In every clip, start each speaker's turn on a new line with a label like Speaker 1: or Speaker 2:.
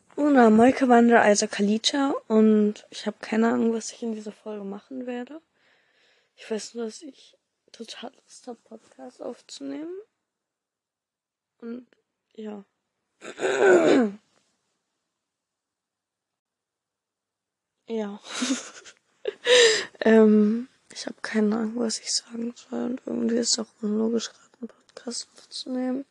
Speaker 1: Una Moikawandel Kalita und ich habe keine Ahnung, was ich in dieser Folge machen werde. Ich weiß nur, dass ich total Lust habe, Podcast aufzunehmen. Und ja. Ja. Ich habe keine Ahnung, was ich sagen soll. Und irgendwie ist es auch unlogisch, gerade einen Podcast aufzunehmen.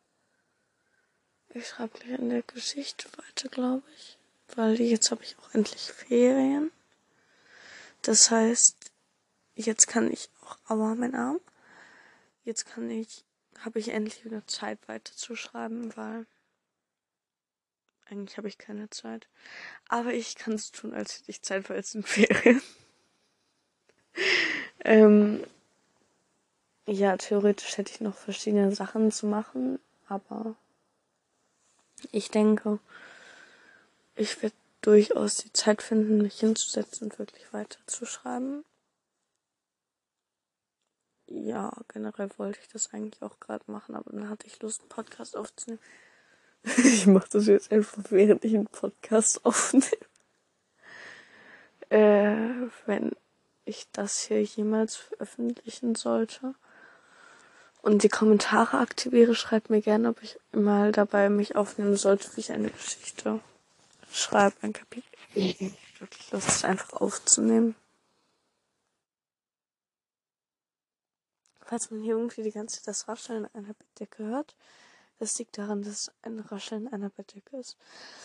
Speaker 1: Ich schreibe gleich an der Geschichte weiter, glaube ich. Weil jetzt habe ich auch endlich Ferien. Das heißt, jetzt kann ich auch, aua, mein Arm. Jetzt habe ich endlich wieder Zeit weiterzuschreiben, weil eigentlich habe ich keine Zeit. Aber ich kann es tun, als hätte ich Zeit, weil es sind Ferien. Ja, theoretisch hätte ich noch verschiedene Sachen zu machen, aber ich denke, ich werde durchaus die Zeit finden, mich hinzusetzen und wirklich weiterzuschreiben. Ja, generell wollte ich das eigentlich auch gerade machen, aber dann hatte ich Lust, einen Podcast aufzunehmen. Ich mache das jetzt einfach, während ich einen Podcast aufnehme. Wenn ich das hier jemals veröffentlichen sollte und die Kommentare aktiviere, schreibt mir gerne, ob ich mal dabei mich aufnehmen sollte, wie ich eine Geschichte schreibe, ein Kapitel. Wirklich Lust, es einfach aufzunehmen. Falls man hier irgendwie die ganze Zeit das Rascheln einer Bettdecke hört, das liegt daran, dass ein Rascheln einer Bettdecke ist.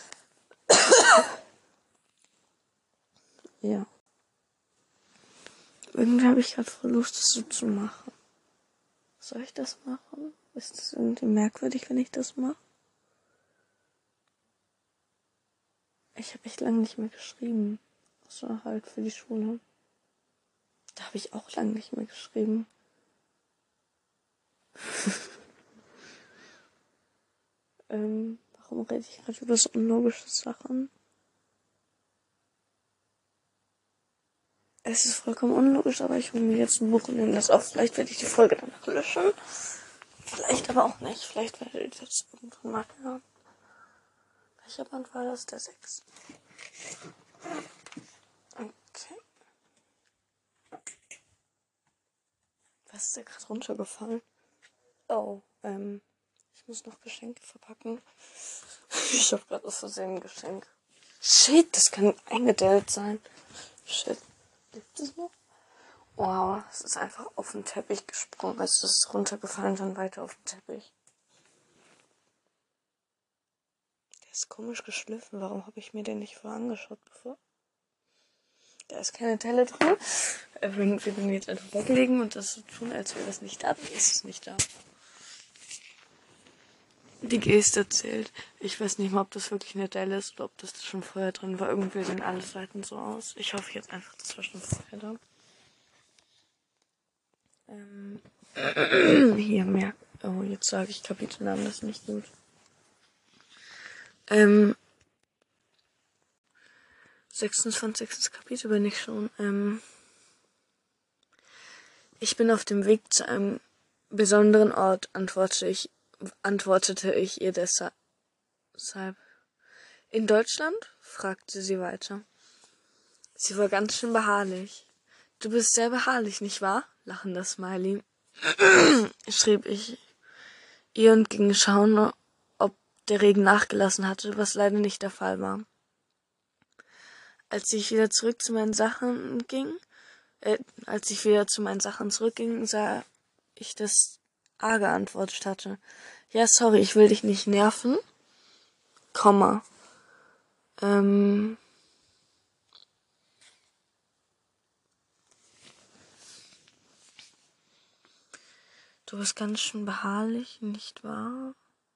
Speaker 1: Ja. Irgendwie habe ich gerade voll Lust, das so zu machen. Soll ich das machen? Ist das irgendwie merkwürdig, wenn ich das mache? Ich habe echt lange nicht mehr geschrieben. Außer halt für die Schule. Da habe ich auch lange nicht mehr geschrieben. Warum rede ich gerade über so unlogische Sachen? Es ist vollkommen unlogisch, aber ich will mir jetzt ein Buch und nehme das auf. Vielleicht werde ich die Folge danach löschen. Vielleicht aber auch nicht. Vielleicht werde ich das irgendwann mal hören. Welcher Band war das? Der 6. Okay. Was ist da gerade runtergefallen? Oh, ich muss noch Geschenke verpacken. Ich habe gerade aus Versehen ein Geschenk. Shit, das kann eingedellt sein. Shit. Gibt es noch? Wow, es ist einfach auf den Teppich gesprungen. Es ist runtergefallen, dann weiter auf den Teppich. Der ist komisch geschliffen. Warum habe ich mir den nicht vorher angeschaut bevor? Da ist keine Delle drin. Wenn wir den jetzt einfach weglegen und das so tun, als wäre das nicht da, dann ist es nicht da. Die Geste zählt. Ich weiß nicht mal, ob das wirklich eine Delle ist oder ob das schon vorher drin war. Irgendwie sehen alle Seiten so aus. Ich hoffe jetzt einfach, das war schon vorher da. Hier mehr. Oh, jetzt sage ich Kapitelnamen, das ist nicht gut. 26. Kapitel bin ich schon. Ich bin auf dem Weg zu einem besonderen Ort, antwortete ich ihr deshalb. In Deutschland? Fragte sie weiter. Sie war ganz schön beharrlich. Du bist sehr beharrlich, nicht wahr? Lachender Smiley. Schrieb ich ihr und ging schauen, ob der Regen nachgelassen hatte, was leider nicht der Fall war. Als ich wieder zu meinen Sachen zurückging, sah ich, dass A geantwortet hatte. Ja, sorry, ich will dich nicht nerven. Komma. Du bist ganz schön beharrlich, nicht wahr?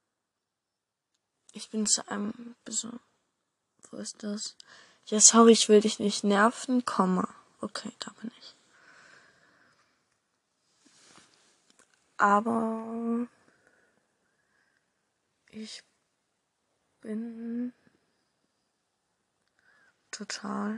Speaker 1: Ich bin zu einem Wo ist das? Ja, sorry, ich will dich nicht nerven, Komma. Okay, da bin ich. Aber ich bin total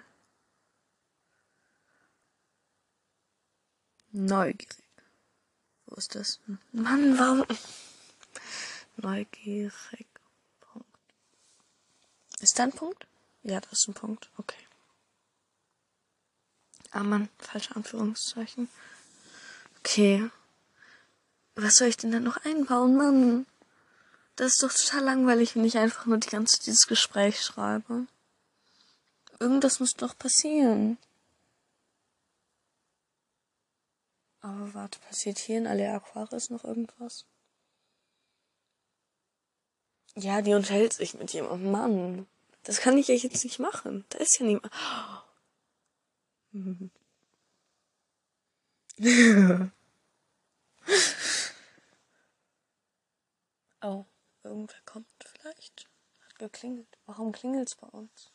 Speaker 1: neugierig. Wo ist das? Mann, warum? Neugierig. Ist da ein Punkt? Ja, das ist ein Punkt. Okay. Ah Mann, falsche Anführungszeichen. Okay. Was soll ich denn dann noch einbauen, Mann? Das ist doch total langweilig, wenn ich einfach nur die ganze Zeit dieses Gespräch schreibe. Irgendwas muss doch passieren. Aber warte, passiert hier in Alea Aquaris noch irgendwas? Ja, die unterhält sich mit jemandem. Mann, das kann ich ja jetzt nicht machen. Da ist ja niemand. Oh, irgendwer kommt vielleicht. Hat geklingelt. Warum klingelt's bei uns?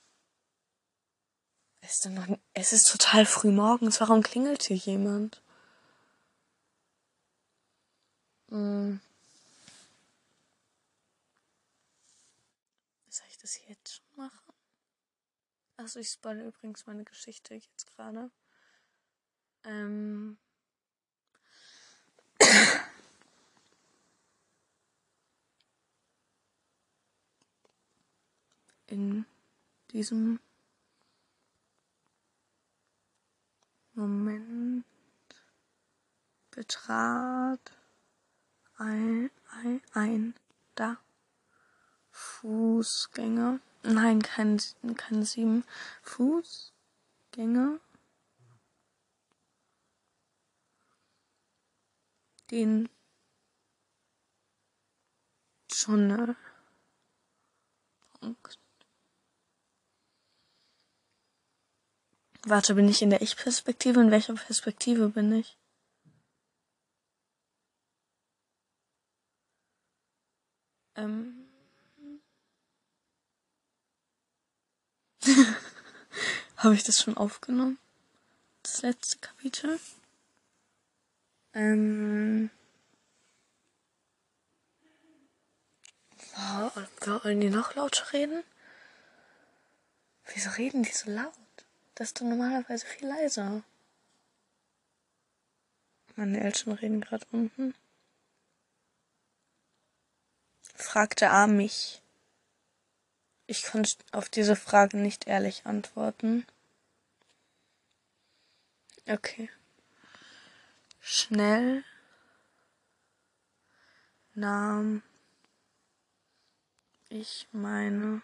Speaker 1: Es ist total früh morgens. Warum klingelt hier jemand? Soll ich das jetzt schon machen? Achso, ich spoilere übrigens meine Geschichte jetzt gerade. In diesem Moment betrat ein da Fußgänger. Nein, kein 7. Fußgänger. Den Tunnel. Warte, bin ich in der Ich-Perspektive? In welcher Perspektive bin ich? Habe ich das schon aufgenommen? Das letzte Kapitel? Wollen die noch lauter reden? Wieso reden die so laut? Das ist doch normalerweise viel leiser. Meine Eltern reden gerade unten. Fragte A mich. Ich konnte auf diese Frage nicht ehrlich antworten. Okay. Schnell nahm ich meine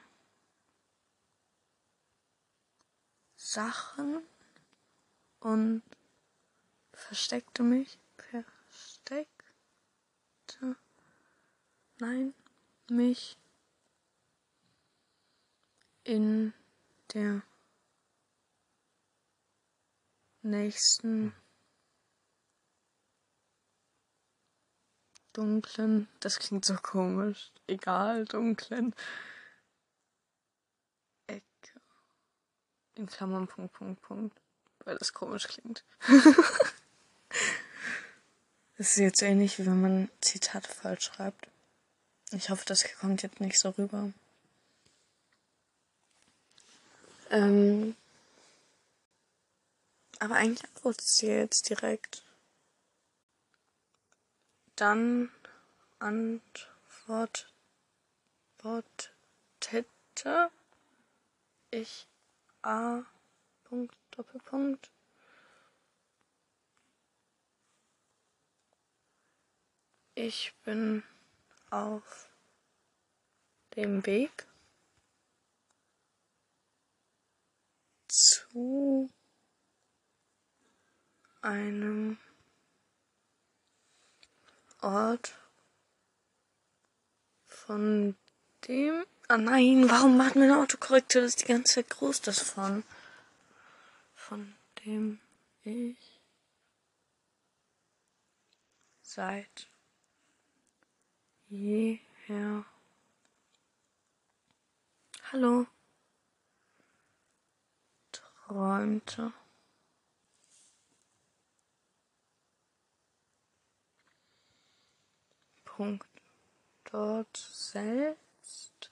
Speaker 1: Sachen und versteckte mich. Mich in der nächsten dunklen, das klingt so komisch, egal, dunklen Ecke. In Klammern, Punkt, weil das komisch klingt. Das ist jetzt ähnlich, wie wenn man Zitate falsch schreibt. Ich hoffe, das kommt jetzt nicht so rüber. Aber eigentlich antwortet sie jetzt direkt. Dann antwortete ich A. Doppelpunkt. Ich bin auf dem Weg zu einem Ort, von dem... Ah nein, warum macht meine Autokorrektur das die ganze Zeit groß, das von dem ich seit jeher... Hallo? Träumte. Punkt. Dort selbst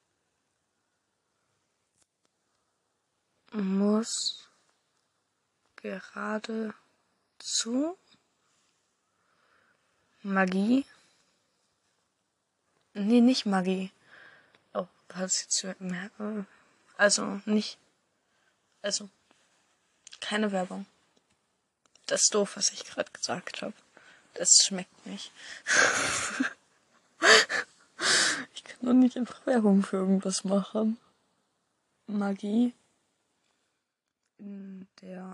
Speaker 1: muss geradezu Magie. Nee, nicht Magie. Oh, falls jetzt mehr, also nicht, also keine Werbung. Das ist doof, was ich gerade gesagt habe. Das schmeckt nicht. Ich kann doch nicht einfach Werbung für irgendwas machen. Magie in der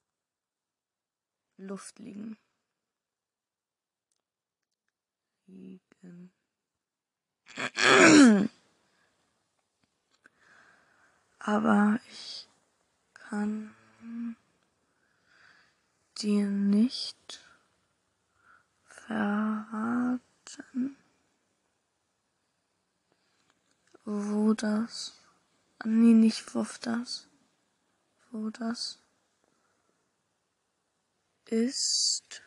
Speaker 1: Luft liegen. Aber ich kann dir nicht verraten, wo das, nee, nicht wo das ist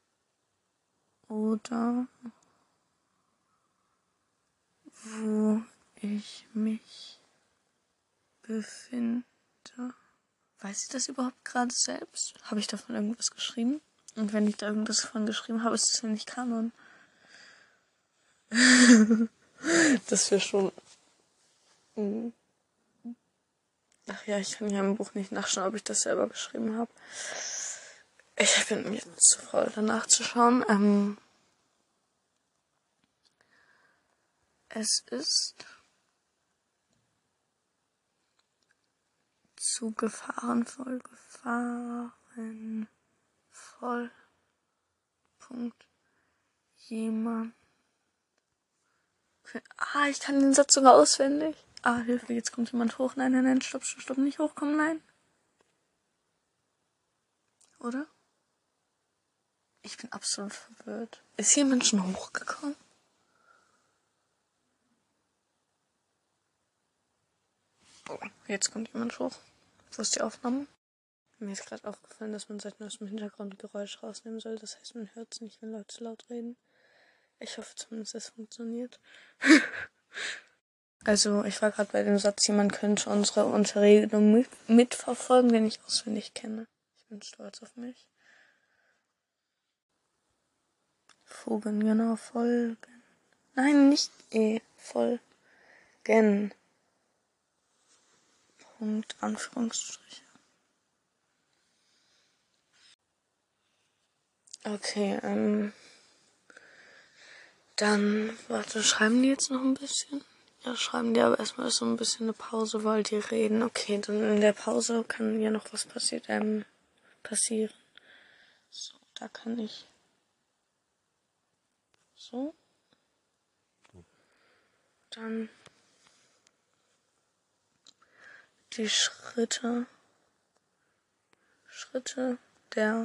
Speaker 1: oder wo ich mich befinde. Weiß ich das überhaupt gerade selbst? Habe ich davon irgendwas geschrieben? Und wenn ich da irgendwas von geschrieben habe, ist das ja nicht Kanon. Das wäre schon... Ach ja, ich kann ja im Buch nicht nachschauen, ob ich das selber geschrieben habe. Ich bin mir zu faul, danach zu schauen. Es ist zu gefahrenvoll, Punkt. Jemand. Ich kann den Satz sogar auswendig. Hilfe, jetzt kommt jemand hoch. Nein, stopp, nicht hochkommen, nein. Oder? Ich bin absolut verwirrt. Ist hier jemand schon hochgekommen? Oh, jetzt kommt jemand hoch. Wo ist die Aufnahme? Mir ist gerade aufgefallen, dass man seit neuestem Hintergrundgeräusch rausnehmen soll. Das heißt, man hört es nicht, wenn Leute laut reden. Ich hoffe zumindest, es funktioniert. Also, ich war gerade bei dem Satz, jemand könnte unsere Unterredung mitverfolgen, den ich auswendig kenne. Ich bin stolz auf mich. Folgen, genau, folgen. Nein, nicht folgen. Punkt, Anführungsstriche. Okay, dann, warte, schreiben die jetzt noch ein bisschen? Ja, schreiben die, aber erstmal ist so ein bisschen eine Pause, weil die reden. Okay, dann in der Pause kann ja noch was passieren. So, da kann ich. So. Dann die Schritte der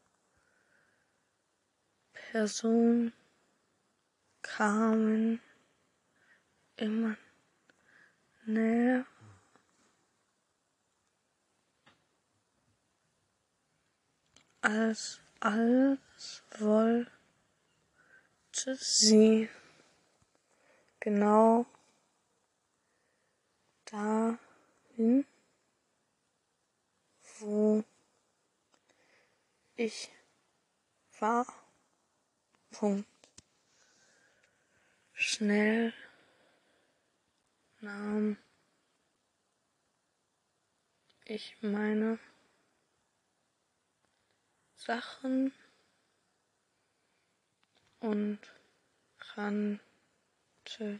Speaker 1: Person kamen immer näher. Als wollte sie genau dahin, wo ich war. Punkt. Schnell nahm ich meine Sachen und rannte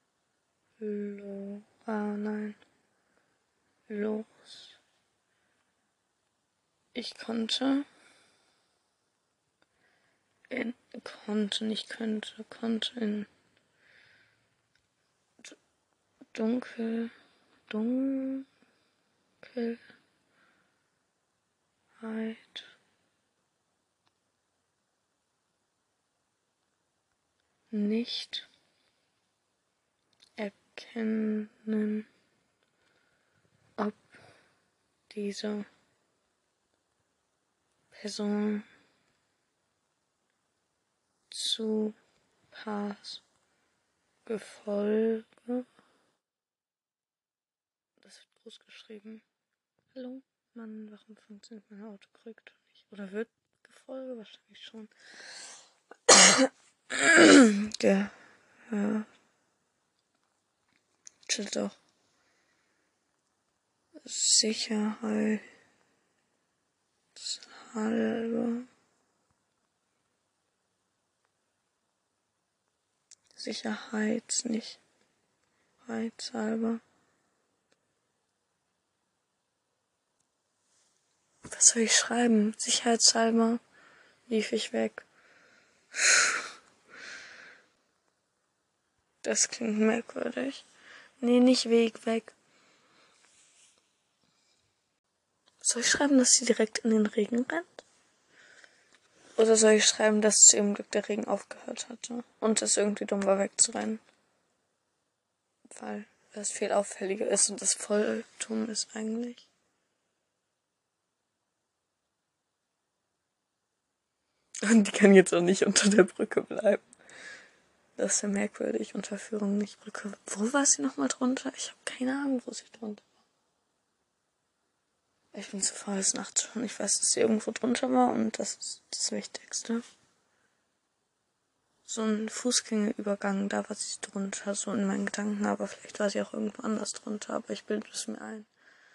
Speaker 1: los. Ich konnte in Dunkelheit nicht erkennen, ob diese Person zu Gefolge. Das wird groß geschrieben. Hallo? Mann, warum funktioniert mein Autokorrektor nicht? Oder wird Gefolge? Wahrscheinlich schon. Gehörte Steht doch. Sicherheitshalber. Nicht. Sicherheitshalber. Was soll ich schreiben? Sicherheitshalber lief ich weg. Das klingt merkwürdig. Nee, nicht weg. Soll ich schreiben, dass sie direkt in den Regen rennt? Oder soll ich schreiben, dass zu ihrem Glück der Regen aufgehört hatte und es irgendwie dumm war, wegzurennen? Weil das viel auffälliger ist und das voll dumm ist eigentlich. Und die kann jetzt auch nicht unter der Brücke bleiben. Das ist ja merkwürdig. Unterführung, nicht Brücke. Wo war sie nochmal drunter? Ich habe keine Ahnung, wo sie drunter war. Ich bin zu faul, es nachzuschauen. Ich weiß, dass sie irgendwo drunter war und das ist das Wichtigste. So ein Fußgängerübergang, da war sie drunter, so in meinen Gedanken, aber vielleicht war sie auch irgendwo anders drunter, aber ich bilde es mir ein.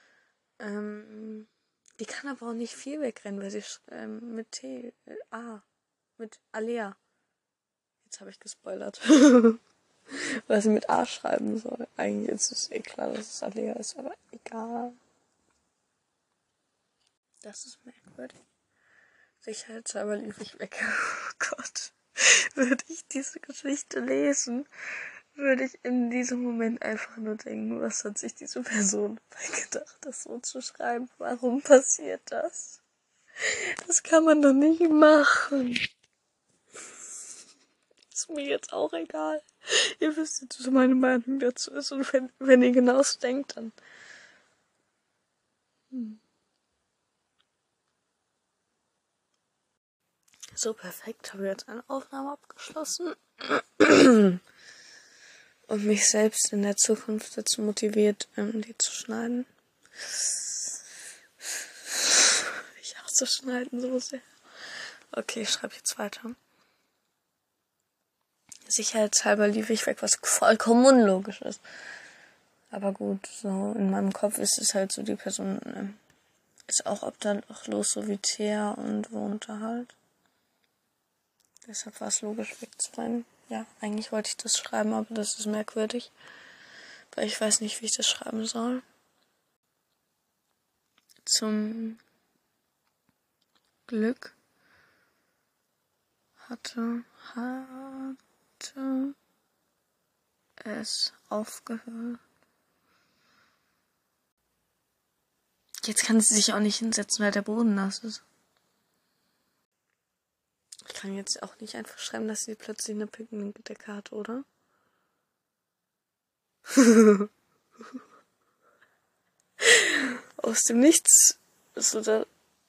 Speaker 1: Die kann aber auch nicht viel wegrennen, weil sie mit mit Alea. Jetzt habe ich gespoilert. Weil sie mit A schreiben soll. Eigentlich ist es klar, dass es Alea ist, aber egal. Das ist merkwürdig. Sicherheitshalber lief ich weg. Oh Gott. Würde ich diese Geschichte lesen, würde ich in diesem Moment einfach nur denken, was hat sich diese Person dabei gedacht, das so zu schreiben? Warum passiert das? Das kann man doch nicht machen. Ist mir jetzt auch egal. Ihr wisst jetzt, was meine Meinung dazu ist. Und wenn ihr genauso denkt, dann... So, perfekt. Habe jetzt eine Aufnahme abgeschlossen. Und mich selbst in der Zukunft dazu motiviert, die zu schneiden. Ich hasse Schneiden so sehr. Okay, ich schreibe jetzt weiter. Sicherheitshalber lief ich weg, was vollkommen unlogisch ist. Aber gut, so in meinem Kopf ist es halt so, die Person ist auch obdachlos, so wie Thea und wohnt da halt. Deshalb war es logisch wegzurennen. Ja, eigentlich wollte ich das schreiben, aber das ist merkwürdig. Weil ich weiß nicht, wie ich das schreiben soll. Zum Glück hatte es aufgehört. Jetzt kann sie sich auch nicht hinsetzen, weil der Boden nass ist. Ich kann jetzt auch nicht einfach schreiben, dass sie plötzlich eine Picknickdecke hat, oder? Aus dem Nichts. So da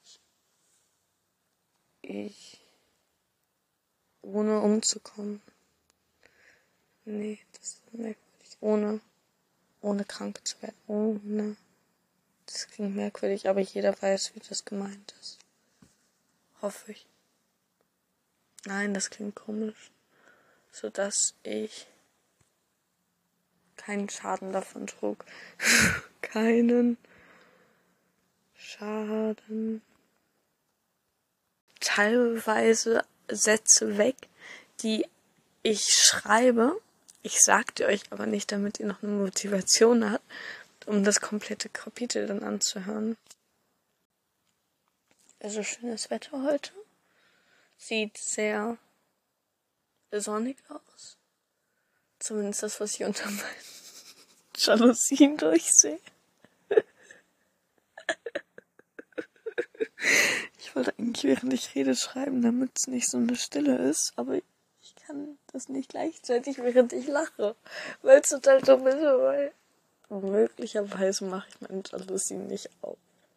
Speaker 1: ich ohne umzukommen. Nee, das ist merkwürdig. Ohne krank zu werden. Das klingt merkwürdig, aber jeder weiß, wie das gemeint ist. Hoffe ich. Nein, das klingt komisch. Sodass ich keinen Schaden davon trug. Keinen Schaden. Teilweise Sätze weg, die ich schreibe. Ich sagte euch aber nicht, damit ihr noch eine Motivation habt, um das komplette Kapitel dann anzuhören. Also schönes Wetter heute. Sieht sehr sonnig aus. Zumindest das, was ich unter meinen Jalousien durchsehe. Ich wollte eigentlich, während ich rede, schreiben, damit es nicht so eine Stille ist, aber ich kann das nicht gleichzeitig, während ich lache, weil es total dumm ist, weil möglicherweise mache ich meine Jalousien nicht auf.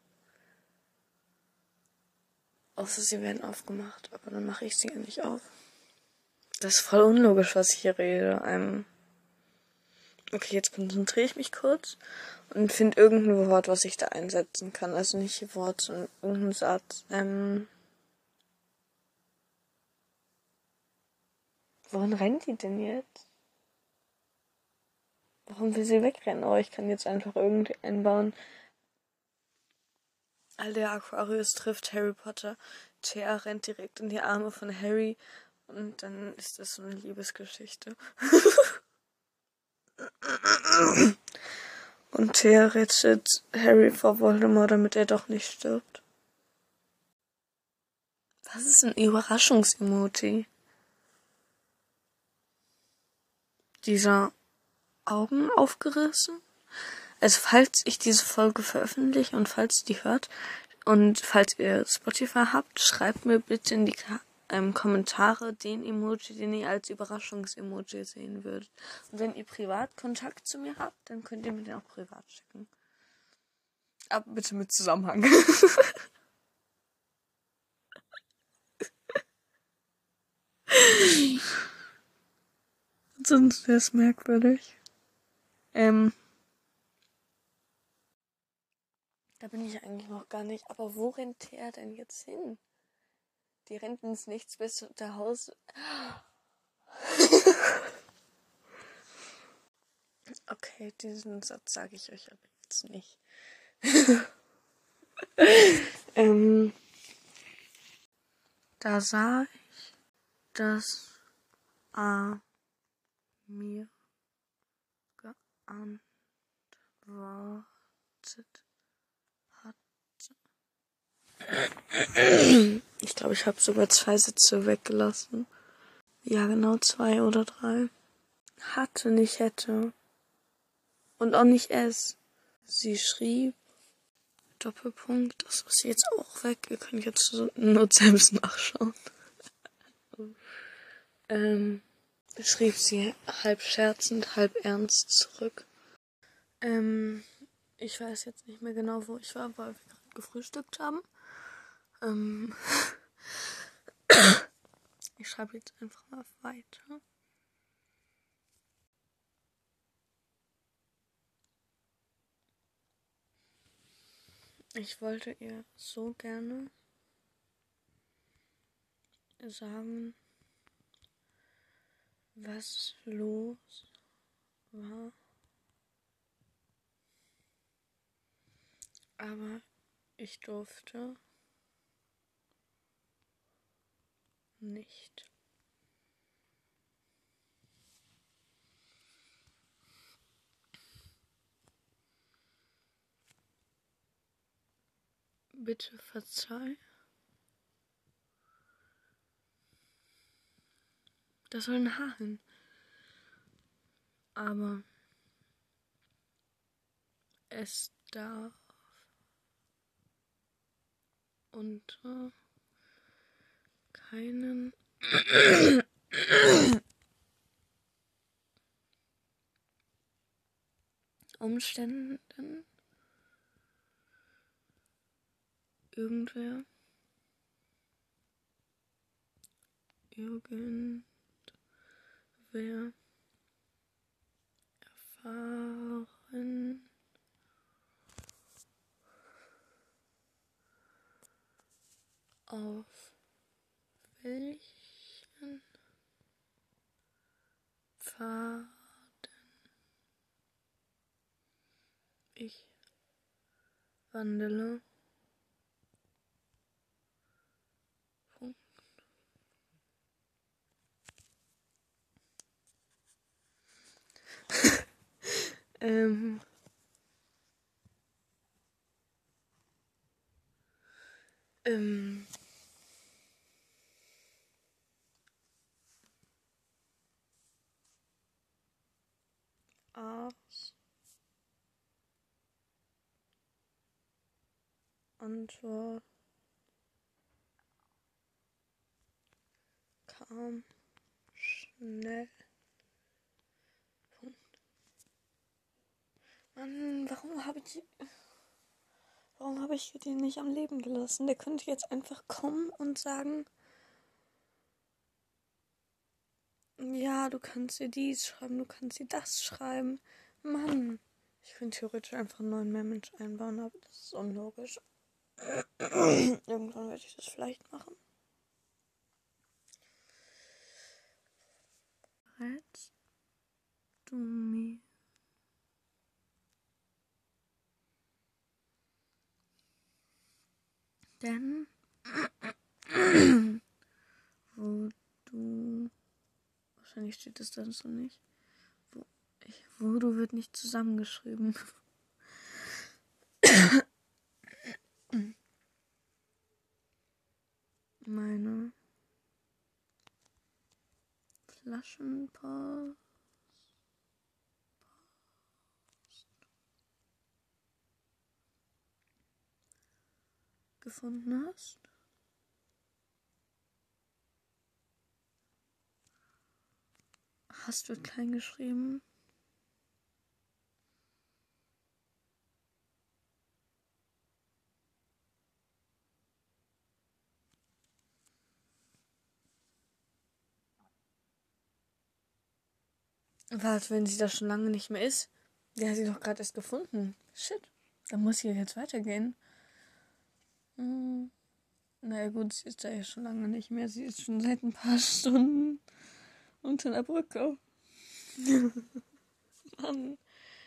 Speaker 1: Außer sie werden aufgemacht, aber dann mache ich sie ja nicht auf. Das ist voll unlogisch, was ich hier rede. Okay, jetzt konzentriere ich mich kurz und finde irgendein Wort, was ich da einsetzen kann. Also nicht Wort, sondern irgendein Satz. Wohin rennt die denn jetzt? Warum will sie wegrennen? Oh, ich kann jetzt einfach irgendwie einbauen. Der Aquarius trifft Harry Potter. Thea rennt direkt in die Arme von Harry. Und dann ist das so eine Liebesgeschichte. Und Thea rettet Harry vor Voldemort, damit er doch nicht stirbt. Was ist ein Überraschungsemoji? Dieser Augen aufgerissen? Also falls ich diese Folge veröffentliche und falls ihr die hört und falls ihr Spotify habt, schreibt mir bitte in die Kommentare den Emoji, den ihr als Überraschungsemoji sehen würdet. Und wenn ihr privat Kontakt zu mir habt, dann könnt ihr mir den auch privat schicken. Aber bitte mit Zusammenhang. Sonst wäre es merkwürdig. Da bin ich eigentlich noch gar nicht. Aber wo rennt er denn jetzt hin? Die rennt ins Nichts bis unter Haus. Okay, diesen Satz sage ich euch aber jetzt nicht. Da sah ich, dass A mir geantwortet hat. Ich glaube, ich habe sogar 2 Sätze weggelassen. Ja, genau 2 oder 3. Hatte, nicht hätte. Und auch nicht es. Sie schrieb, Doppelpunkt, das ist jetzt auch weg. Ihr könnt jetzt nur selbst nachschauen. Schrieb sie halb scherzend, halb ernst zurück. Ich weiß jetzt nicht mehr genau, wo ich war, weil wir gerade gefrühstückt haben. Ich schreibe jetzt einfach mal weiter. Ich wollte ihr so gerne sagen, was los war. Aber ich durfte nicht. Bitte verzeih. Da soll ein Haar hin. Aber es darf unter keinen Umständen irgendwer erfahren, auf welchen Pfaden ich wandele. Punkt. As Antwort kam schnell. Punkt. Mann, warum habe ich den nicht am Leben gelassen? Der könnte jetzt einfach kommen und sagen, ja, du kannst dir dies schreiben, du kannst dir das schreiben. Mann, ich könnte theoretisch einfach einen neuen Mehrmensch einbauen, aber das ist unlogisch. Irgendwann werde ich das vielleicht machen. Rätst du mir Denn wo du, wahrscheinlich steht es dann so nicht, wo du wird nicht zusammengeschrieben. Meine Flaschenpost gefunden hast. Hast wird klein geschrieben. Warte, wenn sie das schon lange nicht mehr ist. Die hat sie doch gerade erst gefunden. Shit. Dann muss sie jetzt weitergehen. Naja gut, sie ist da ja schon lange nicht mehr. Sie ist schon seit ein paar Stunden unter der Brücke. Mann.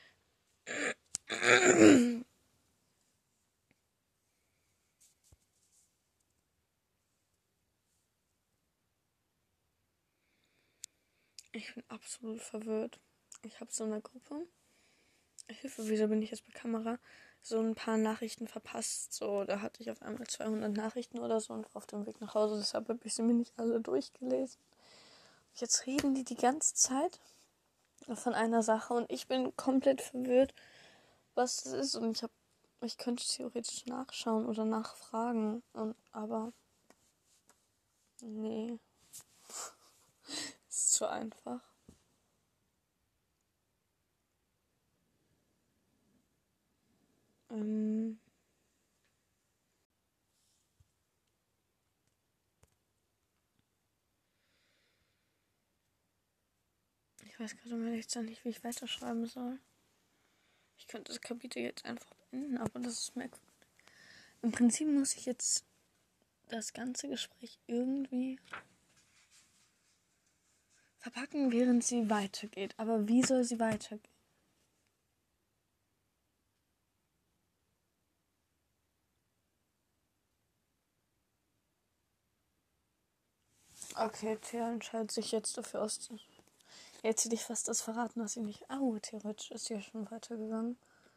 Speaker 1: Ich bin absolut verwirrt. Ich habe so eine Gruppe. Hilfe, wieso bin ich jetzt bei Kamera? So ein paar Nachrichten verpasst. So, da hatte ich auf einmal 200 Nachrichten oder so und war auf dem Weg nach Hause. Deshalb habe ich sie mir nicht alle durchgelesen. Jetzt reden die ganze Zeit von einer Sache und ich bin komplett verwirrt, was das ist. Und ich könnte theoretisch nachschauen oder nachfragen. Aber nee. Ist zu einfach. Ich weiß gerade mal nicht, wie ich weiterschreiben soll. Ich könnte das Kapitel jetzt einfach beenden, aber das ist merkwürdig. Im Prinzip muss ich jetzt das ganze Gespräch irgendwie verpacken, während sie weitergeht. Aber wie soll sie weitergehen? Okay, Thea entscheidet sich jetzt dafür aus. Jetzt hätte ich fast das verraten, dass sie nicht. Theoretisch ist sie ja schon weitergegangen.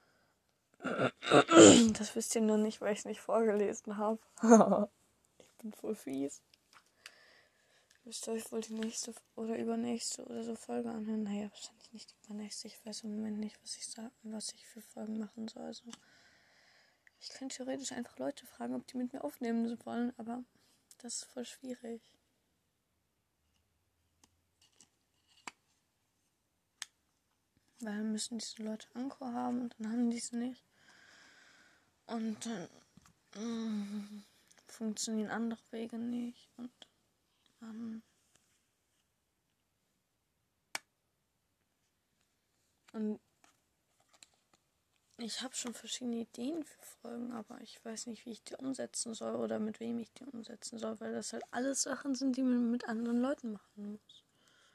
Speaker 1: Das wisst ihr nur nicht, weil ich es nicht vorgelesen habe. Ich bin voll fies. Müsst ihr euch wohl die nächste oder übernächste oder so Folge anhören? Naja, wahrscheinlich nicht die übernächste. Ich weiß im Moment nicht, was ich für Folgen machen soll. Also, ich könnte theoretisch einfach Leute fragen, ob die mit mir aufnehmen wollen, aber das ist voll schwierig. Weil dann müssen diese Leute Anchor haben und dann haben die es nicht. Und dann funktionieren andere Wege nicht. Und ich habe schon verschiedene Ideen für Folgen, aber ich weiß nicht, wie ich die umsetzen soll oder mit wem ich die umsetzen soll, weil das halt alles Sachen sind, die man mit anderen Leuten machen muss.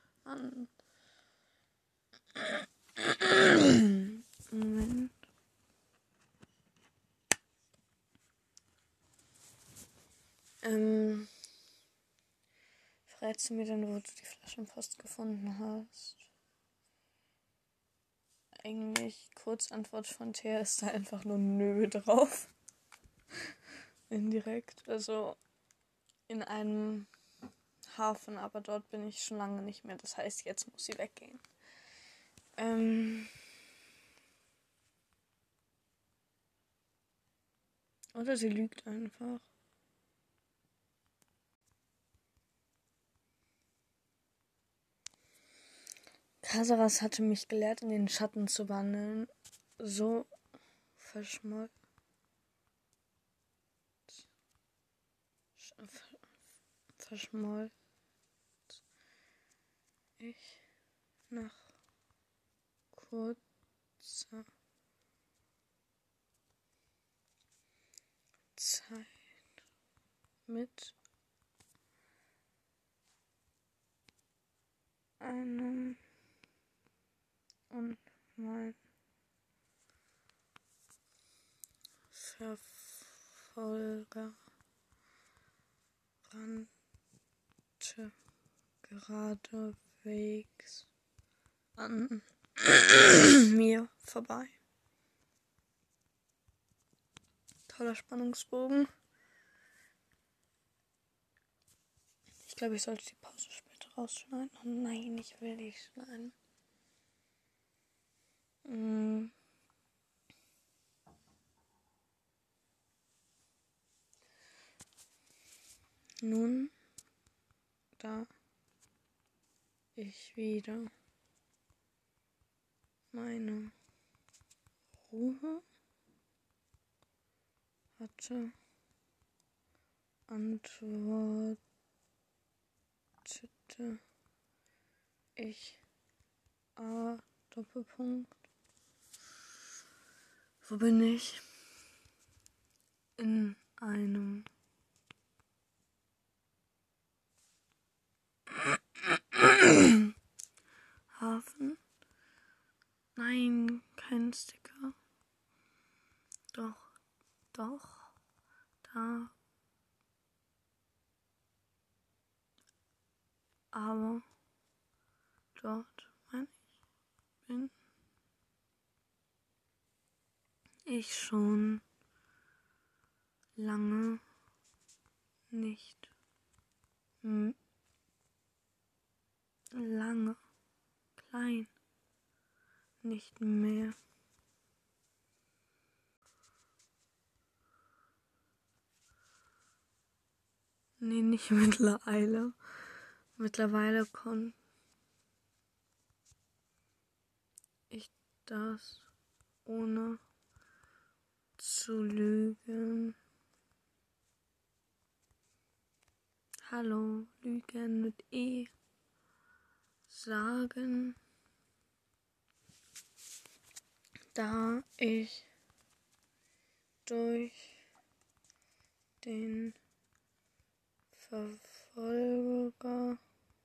Speaker 1: Moment. Verrätst du mir denn, wo du die Flaschenpost gefunden hast? Eigentlich Kurzantwort von Thea ist da einfach nur nö drauf. Indirekt. Also in einem Hafen, aber dort bin ich schon lange nicht mehr. Das heißt, jetzt muss sie weggehen. Oder sie lügt einfach. Kasaras hatte mich gelehrt, in den Schatten zu wandeln. So verschmolz ich nach kurzer Zeit mit einem und mein Verfolger rannte geradewegs an mir vorbei. Toller Spannungsbogen. Ich glaube, ich sollte die Pause später rausschneiden. Oh nein, ich will nicht schneiden. Nun, da ich wieder meine Ruhe hatte, antwortete ich Doppelpunkt. Wo bin ich? In einem Hafen? Nein, kein Sticker. Doch, da. Aber dort, bin ich schon lange nicht klein, nicht mehr. Nee, nicht mittlerweile. Mittlerweile konnte ich das ohne zu lügen. Hallo, Lügen mit E. Sagen, da ich durch den Verfolger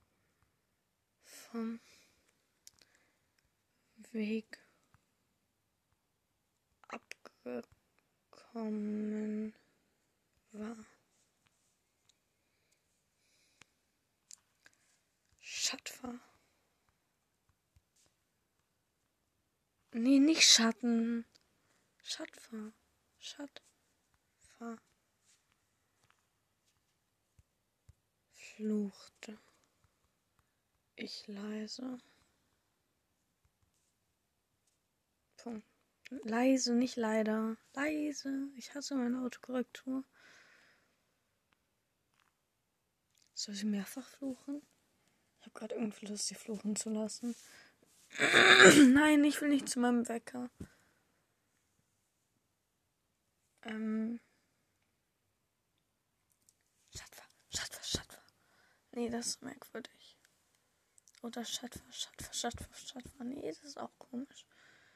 Speaker 1: vom Weg abgekommen war. Schatten. Nee, nicht Schatten. Schatten. Fluchte ich leise. Punkt. Leise, nicht leider. Leise. Ich hasse meine Autokorrektur. Soll sie mehrfach fluchen? Ich habe gerade irgendwie Lust, sie fluchen zu lassen. Nein, ich will nicht zu meinem Wecker. Schatwa. Nee, das ist merkwürdig. Oder Schatwa. Nee, das ist auch komisch.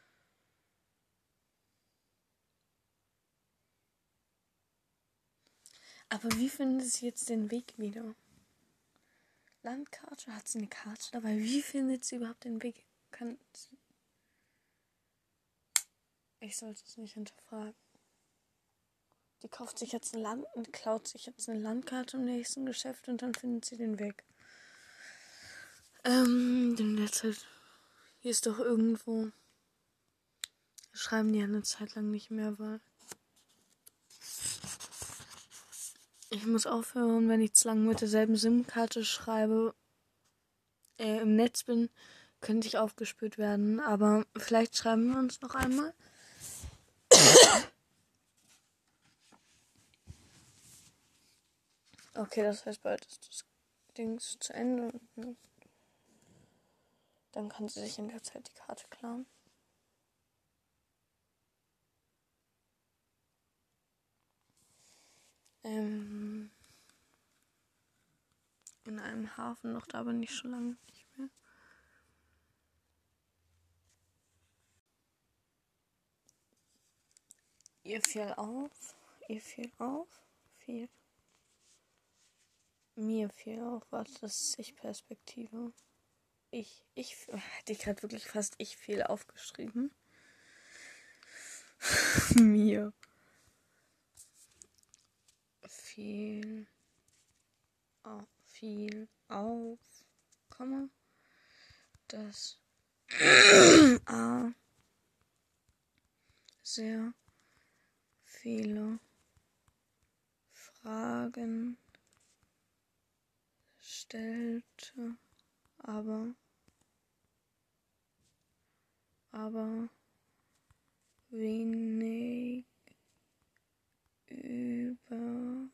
Speaker 1: Aber wie findet sie jetzt den Weg wieder? Landkarte? Hat sie eine Karte dabei? Wie findet sie überhaupt den Weg? Ich sollte es nicht hinterfragen. Die kauft sich jetzt ein Land und klaut sich jetzt eine Landkarte im nächsten Geschäft und dann findet sie den Weg. In der Zeit, hier ist doch irgendwo. Schreiben die ja eine Zeit lang nicht mehr, weil ich muss aufhören, wenn ich zu lange mit derselben SIM-Karte schreibe, im Netz bin, könnte ich aufgespürt werden. Aber vielleicht schreiben wir uns noch einmal. Okay, das heißt, bald ist das Ding zu Ende. Dann kann sie sich in der Zeit die Karte klauen. In einem Hafen noch, da bin ich schon lange nicht mehr. Mir fiel auf, warte, das ist Ich-Perspektive. Hätte ich gerade wirklich fast ich fiel aufgeschrieben. Mir viel auf, Komma, dass A sehr viele Fragen stellte, aber wenig über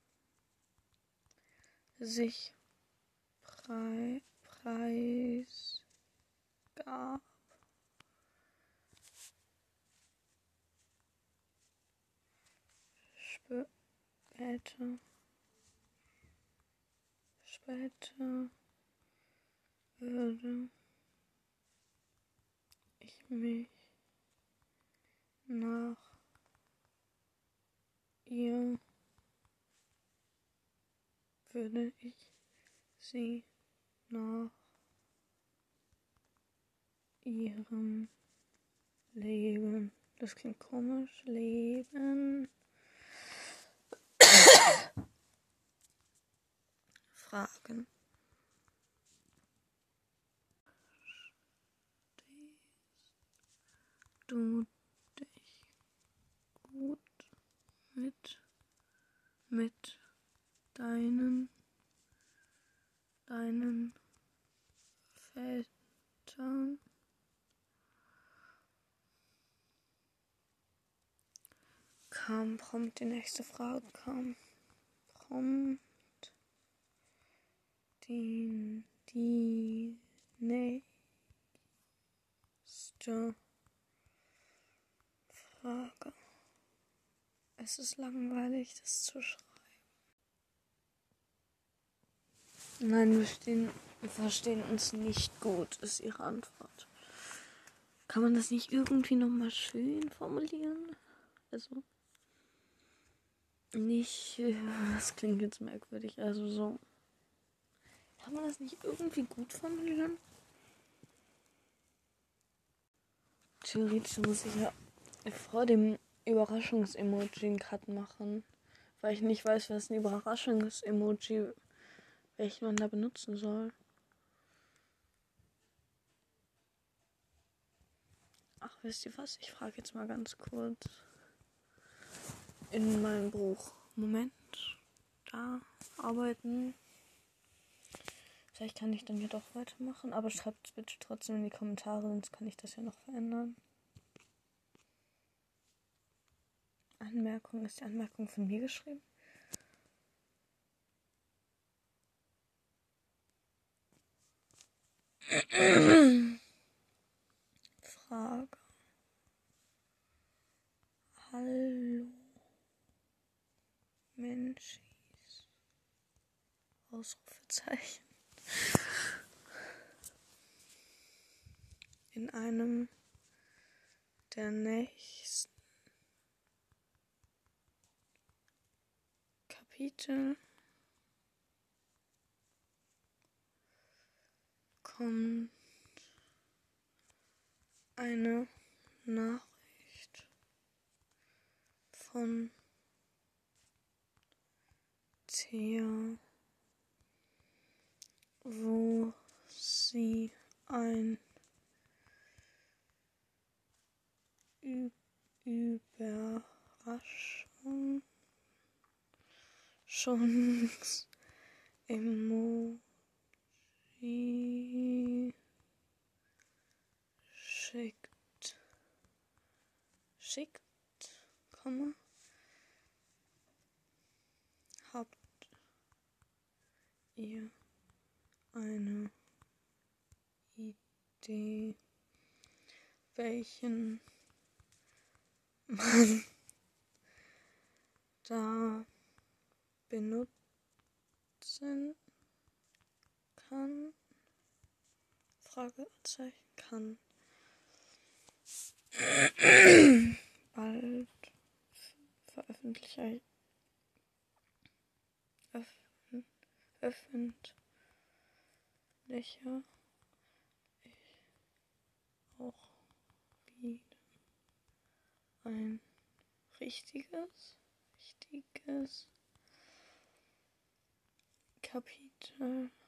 Speaker 1: sich preisgab. Später würde ich mich nach ihr, würde ich sie nach ihrem Leben, das klingt komisch, Leben, fragen. Du dich gut mit deinen Vätern? Kam prompt die nächste Frage, kam prompt die nächste Frage. Es ist langweilig, das zu schreiben. Nein, wir verstehen uns nicht gut, ist ihre Antwort. Kann man das nicht irgendwie nochmal schön formulieren? Also, nicht, das klingt jetzt merkwürdig, also so. Kann man das nicht irgendwie gut formulieren? Theoretisch muss ich ja vor dem Überraschungs-Emoji einen Cut machen, weil ich nicht weiß, was ein Überraschungs-Emoji, welchen man da benutzen soll. Ach, wisst ihr was? Ich frage jetzt mal ganz kurz in meinem Buch. Moment. Da arbeiten. Vielleicht kann ich dann ja doch weitermachen, aber schreibt es bitte trotzdem in die Kommentare, sonst kann ich das ja noch verändern. Anmerkung, ist die Anmerkung von mir geschrieben? Frage. Hallo Menschis. Ausrufezeichen. In einem der nächsten Kapitel kommt eine Nachricht von Thea, wo sie ein Überraschungs-Emoji schickt, Komma, habt ihr eine Idee, welchen man da benutzen kann? Fragezeichen kann. Bald veröffentliche ich auch wieder ein richtiges Kapitel.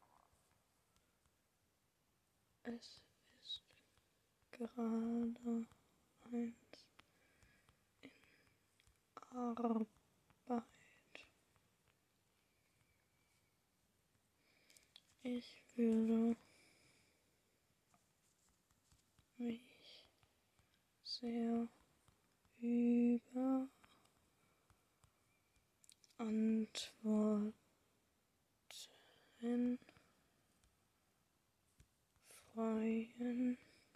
Speaker 1: Es ist gerade eins in Arbeit. Ich fühle mich sehr über Antworten freuen.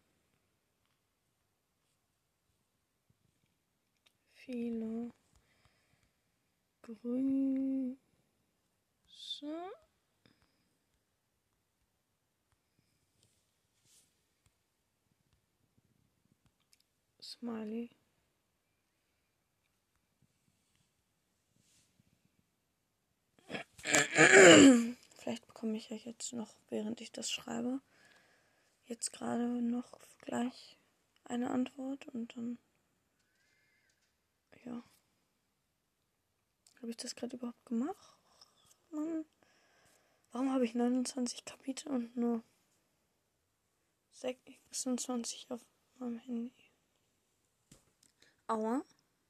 Speaker 1: Viele Grüße. Smiley. Vielleicht bekomme ich ja jetzt noch, während ich das schreibe, jetzt gerade noch gleich eine Antwort und dann, ja. Habe ich das gerade überhaupt gemacht? Mann. Warum habe ich 29 Kapitel und nur 26 auf meinem Handy? Aua.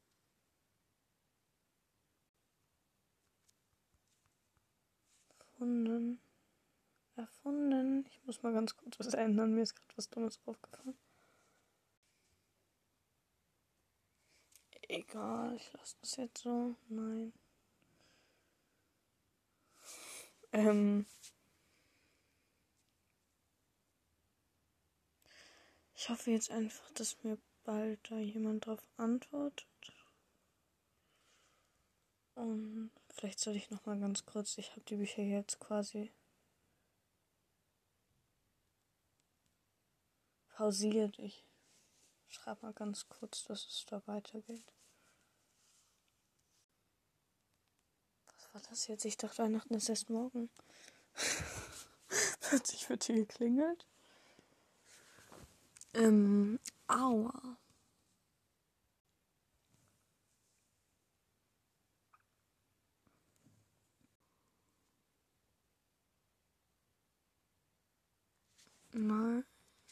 Speaker 1: Erfunden. Ich muss mal ganz kurz was ändern. Mir ist gerade was Dummes aufgefallen. Egal, ich lasse das jetzt so. Nein. Ich hoffe jetzt einfach, dass mir bald da jemand drauf antwortet. Und vielleicht soll ich noch mal ganz kurz, ich habe die Bücher jetzt quasi pausiert. Ich schreibe mal ganz kurz, dass es da weitergeht. Was war das jetzt? Ich dachte, Weihnachten ist erst morgen. Plötzlich wird hier geklingelt. Aua. Nein.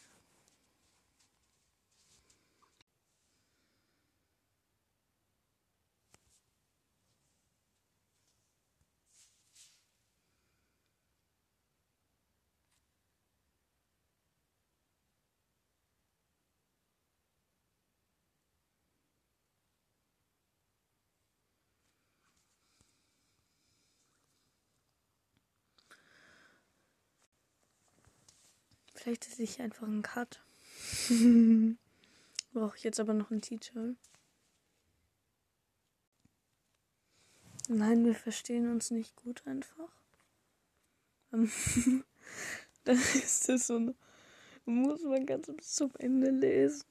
Speaker 1: Vielleicht ist ich einfach ein Cut. Brauche ich jetzt aber noch einen Titel. Nein, wir verstehen uns nicht gut einfach. Dann ist das so eine. Muss man ganz bis zum Ende lesen.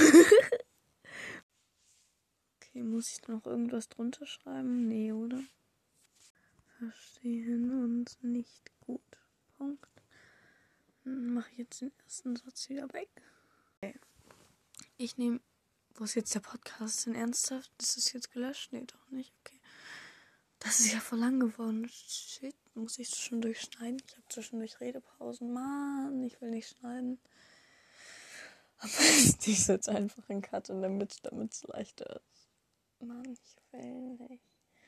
Speaker 1: Okay, muss ich noch irgendwas drunter schreiben? Nee, oder? Verstehen uns nicht gut. Punkt. Mache ich jetzt den ersten Satz wieder weg. Okay. Ich nehme. Wo ist jetzt der Podcast denn ernsthaft? Ist das jetzt gelöscht? Nee, doch nicht. Okay. Das ist ja voll lang geworden. Shit, muss ich zwischendurch schneiden? Ich habe zwischendurch Redepausen. Mann, ich will nicht schneiden. Aber ich setze einfach einen Cut in der Mitte, damit es leichter ist. Mann, ich will nicht.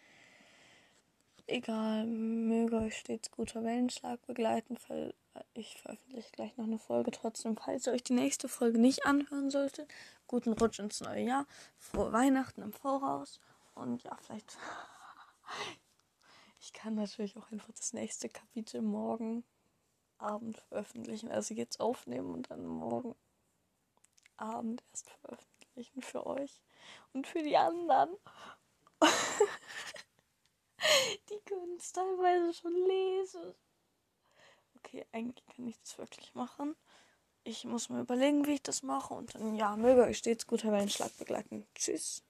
Speaker 1: Egal, möge euch stets guter Wellenschlag begleiten. Ich veröffentliche gleich noch eine Folge. Trotzdem, falls ihr euch die nächste Folge nicht anhören solltet, guten Rutsch ins neue Jahr. Frohe Weihnachten im Voraus. Und ja, vielleicht. Ich kann natürlich auch einfach das nächste Kapitel morgen Abend veröffentlichen. Also jetzt aufnehmen und dann morgen Abend erst veröffentlichen für euch. Und für die anderen. Die können es teilweise schon lesen. Okay, eigentlich kann ich das wirklich machen. Ich muss mir überlegen, wie ich das mache. Und dann, ja, möge euch stets guter Wellenschlag begleiten. Tschüss.